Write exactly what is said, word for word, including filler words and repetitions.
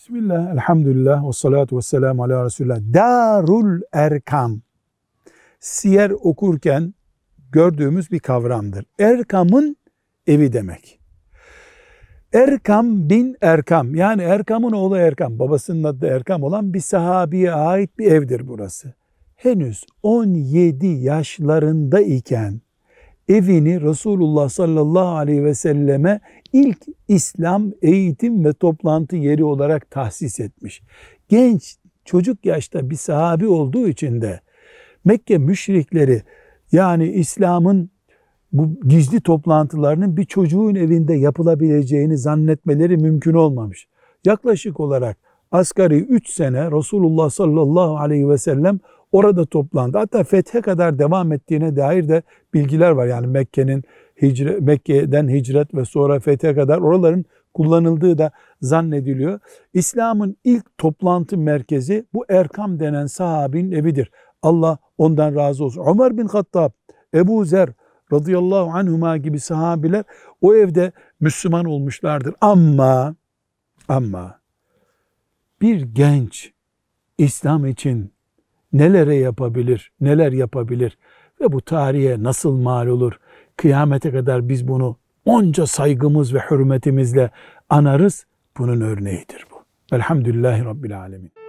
Bismillah, elhamdülillah, ve salatu ve selamu ala Resulullah. Darul Erkam, siyer okurken gördüğümüz bir kavramdır. Erkam'ın evi demek. Erkam bin Erkam, yani Erkam'ın oğlu Erkam, babasının adı Erkam olan bir sahabiye ait bir evdir burası. Henüz on yedi yaşlarında iken evini Resulullah sallallahu aleyhi ve selleme ilk İslam eğitim ve toplantı yeri olarak tahsis etmiş. Genç, çocuk yaşta bir sahabi olduğu için de Mekke müşrikleri, yani İslam'ın bu gizli toplantılarının bir çocuğun evinde yapılabileceğini zannetmeleri mümkün olmamış. Yaklaşık olarak asgari üç sene Resulullah sallallahu aleyhi ve sellem orada toplandı. Hatta fethe kadar devam ettiğine dair de bilgiler var. Yani Mekke'nin hicre, Mekke'den hicret ve sonra fethe kadar oraların kullanıldığı da zannediliyor. İslam'ın ilk toplantı merkezi bu Erkam denen sahabinin evidir. Allah ondan razı olsun. Ömer bin Hattab, Ebu Zer radıyallahu anhuma gibi sahabiler o evde Müslüman olmuşlardır. Ama ama bir genç İslam için nelere yapabilir, neler yapabilir ve bu tarihe nasıl mal olur? Kıyamete kadar biz bunu onca saygımız ve hürmetimizle anarız. Bunun örneğidir bu. Elhamdülillahi Rabbil Alemin.